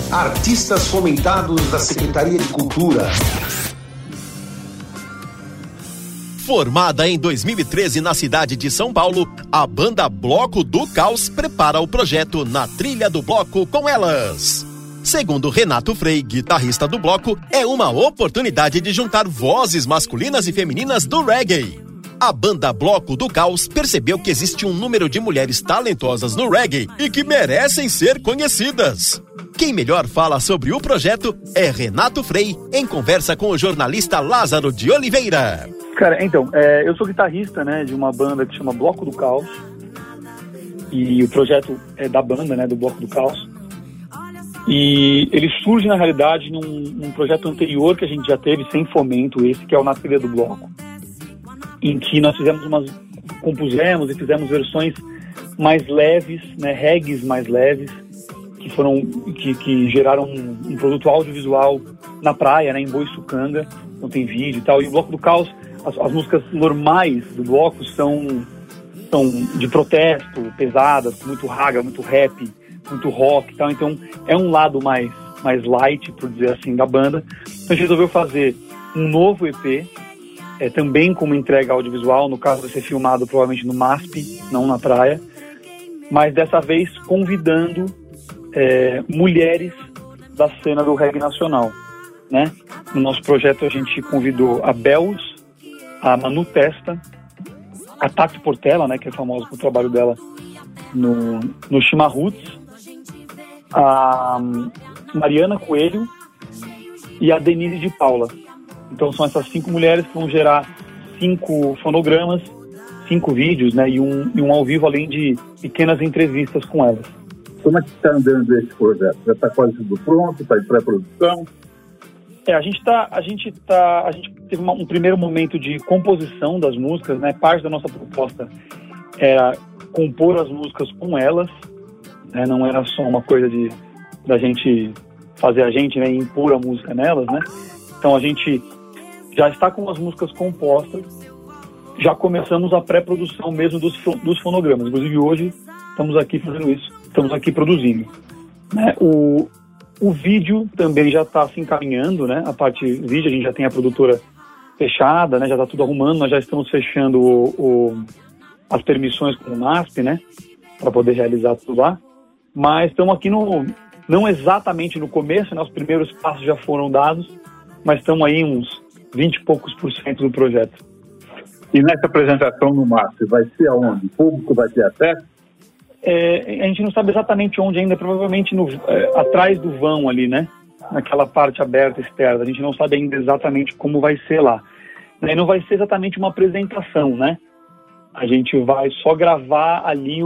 Artistas fomentados da Secretaria de Cultura. Formada em 2013 na cidade de São Paulo, a banda Bloco do Caos prepara o projeto Na Trilha do Bloco com Elas. Segundo Renato Frei, guitarrista do bloco, é uma oportunidade de juntar vozes masculinas e femininas do reggae. A banda Bloco do Caos percebeu que existe um número de mulheres talentosas no reggae e que merecem ser conhecidas. Quem melhor fala sobre o projeto é Renato Frei, em conversa com o jornalista Lázaro de Oliveira. Cara, então, eu sou guitarrista, né, de uma banda que chama Bloco do Caos. E o projeto é da banda, né, do Bloco do Caos. E ele surge, na realidade, num projeto anterior que a gente já teve, sem fomento, esse que é o Na Trilha do Bloco. Em que nós compusemos e fizemos versões mais leves, né, reggaes mais leves, que geraram um produto audiovisual na praia, né, em Boiçucanga. Então tem vídeo e tal. E o Bloco do Caos, as músicas normais do bloco são de protesto, pesadas, muito raga, muito rap, muito rock e tal. Então é um lado mais light, por dizer assim, da banda. Então a gente resolveu fazer um novo EP, também como entrega audiovisual. No caso vai ser filmado provavelmente no MASP, não na praia, mas dessa vez convidando mulheres da cena do reggae nacional, né? No nosso projeto a gente convidou a Bells, a Manu Testa, a Tati Portela, né, que é famosa pelo trabalho dela no Chimarruts, a Mariana Coelho e a Denise de Paula. Então são essas 5 mulheres que vão gerar 5 fonogramas, 5 vídeos, né, e um ao vivo, além de pequenas entrevistas com elas. Como é que está andando esse projeto? Já está quase tudo pronto? Está em pré-produção? A gente teve um primeiro momento de composição das músicas, né? Parte da nossa proposta era compor as músicas com elas, né? Não era só uma coisa da gente fazer né, e impor a música nelas, né? Então a gente já está com as músicas compostas, já começamos a pré-produção mesmo dos fonogramas. Inclusive hoje estamos aqui fazendo isso, estamos aqui produzindo, né? O vídeo também já está se encaminhando, né? A parte vídeo, a gente já tem a produtora fechada, né? Já está tudo arrumando, nós já estamos fechando as permissões com o MASP, né? Para poder realizar tudo lá. Mas estamos aqui não exatamente no começo, né? Os primeiros passos já foram dados, mas estamos aí uns 20 e poucos % do projeto. E nessa apresentação no MASP, vai ser aonde? O público vai ter acesso? A gente não sabe exatamente onde ainda, provavelmente atrás do vão ali, né? Naquela parte aberta externa. A gente não sabe ainda exatamente como vai ser lá. E não vai ser exatamente uma apresentação, né? A gente vai só gravar ali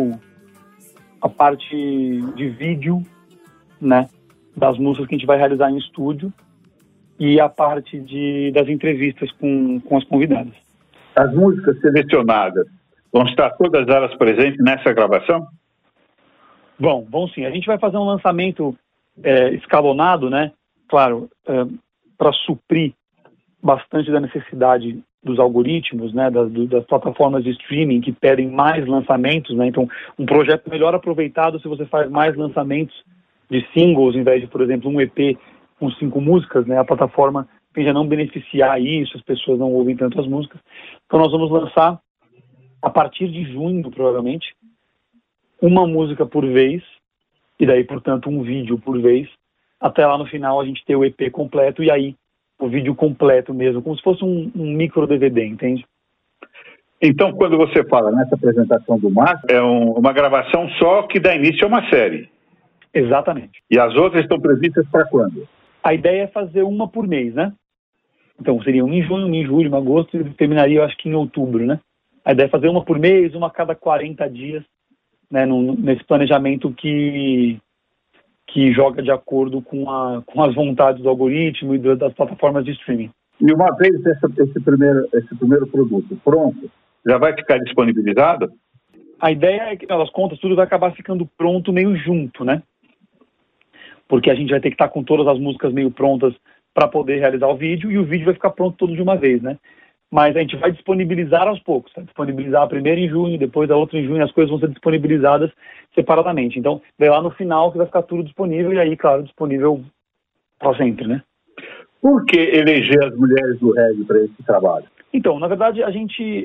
a parte de vídeo, né? Das músicas que a gente vai realizar em estúdio e a parte das entrevistas com as convidadas. As músicas selecionadas vão estar todas elas presentes nessa gravação? Vão sim. A gente vai fazer um lançamento escalonado, né? Claro, para suprir bastante da necessidade dos algoritmos, né? Das plataformas de streaming que pedem mais lançamentos, né? Então, um projeto melhor aproveitado se você faz mais lançamentos de singles, em vez de, por exemplo, um EP com 5 músicas, né? A plataforma tende a não beneficiar isso, as pessoas não ouvem tanto as músicas. Então, nós vamos lançar a partir de junho, provavelmente, uma música por vez, e daí, portanto, um vídeo por vez, até lá no final a gente ter o EP completo, e aí o vídeo completo mesmo, como se fosse um micro DVD, entende? Então, quando você fala nessa apresentação do Márcio, é uma gravação só que dá início a uma série. Exatamente. E as outras estão previstas para quando? A ideia é fazer uma por mês, né? Então, seria uma em junho, uma em julho, uma em agosto, e terminaria, eu acho que em outubro, né? A ideia é fazer uma por mês, uma a cada 40 dias, né, nesse planejamento que joga de acordo com as vontades do algoritmo e das plataformas de streaming. E uma vez esse primeiro produto pronto, já vai ficar disponibilizado? A ideia é que, pelas contas, tudo vai acabar ficando pronto meio junto, né? Porque a gente vai ter que estar com todas as músicas meio prontas para poder realizar o vídeo, e o vídeo vai ficar pronto todo de uma vez, né? Mas a gente vai disponibilizar aos poucos, tá? Disponibilizar a primeira em junho, depois a outra em junho, as coisas vão ser disponibilizadas separadamente. Então, vai lá no final que vai ficar tudo disponível, e aí, claro, disponível para sempre, né? Por que eleger as mulheres do reggae para esse trabalho? Então, na verdade, a gente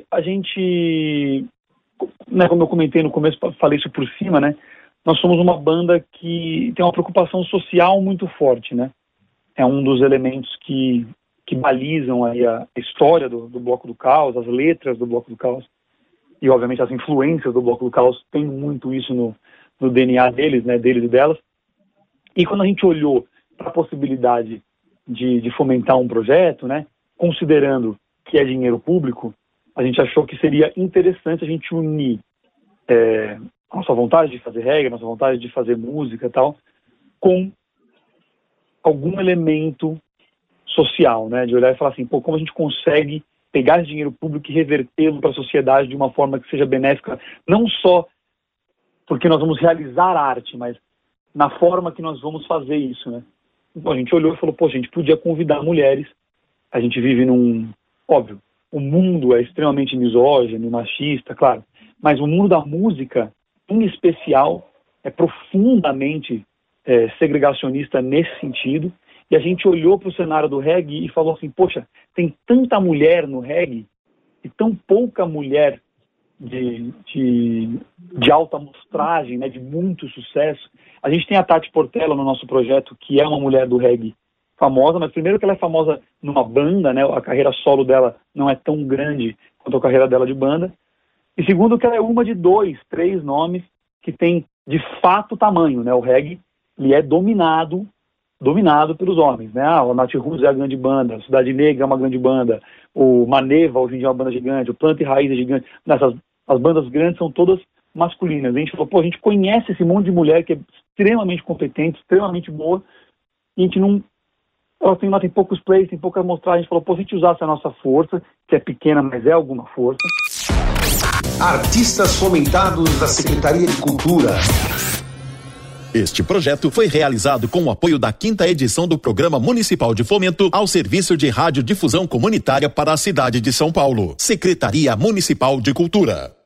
né, como eu comentei no começo, falei isso por cima, né? Nós somos uma banda que tem uma preocupação social muito forte, né? É um dos elementos que balizam aí a história do Bloco do Caos, as letras do Bloco do Caos, e obviamente as influências do Bloco do Caos tem muito isso no DNA deles, né? Deles e delas. E quando a gente olhou para a possibilidade de fomentar um projeto, né? Considerando que é dinheiro público, a gente achou que seria interessante a gente unir a nossa vontade de fazer reggae, a nossa vontade de fazer música e tal, com algum elemento social, né? De olhar e falar assim, pô, como a gente consegue pegar esse dinheiro público e revertê-lo para a sociedade de uma forma que seja benéfica, não só porque nós vamos realizar arte, mas na forma que nós vamos fazer isso, né? Então a gente olhou e falou, pô, a gente podia convidar mulheres, a gente vive óbvio, o mundo é extremamente misógino, machista, claro, mas o mundo da música, em especial, é profundamente segregacionista nesse sentido, e a gente olhou para o cenário do reggae e falou assim, poxa, tem tanta mulher no reggae e tão pouca mulher de alta amostragem, né, de muito sucesso. A gente tem a Tati Portela no nosso projeto, que é uma mulher do reggae famosa, mas primeiro que ela é famosa numa banda, né, a carreira solo dela não é tão grande quanto a carreira dela de banda, e segundo que ela é uma de 2, 3 nomes que tem de fato tamanho, né, o reggae ele é dominado pelos homens, né, a Nath Roots é a grande banda, a Cidade Negra é uma grande banda, o Maneva hoje em dia é uma banda gigante, o Planta e Raiz é gigante, as bandas grandes são todas masculinas. A gente falou, pô, a gente conhece esse monte de mulher que é extremamente competente, extremamente boa, e a gente não... Elas têm poucos plays, tem pouca amostragem. A gente falou, pô, se a gente usasse a nossa força, que é pequena, mas é alguma força. Artistas fomentados da Secretaria de Cultura. Este projeto foi realizado com o apoio da 5ª edição do Programa Municipal de Fomento ao Serviço de Radiodifusão Comunitária para a cidade de São Paulo. Secretaria Municipal de Cultura.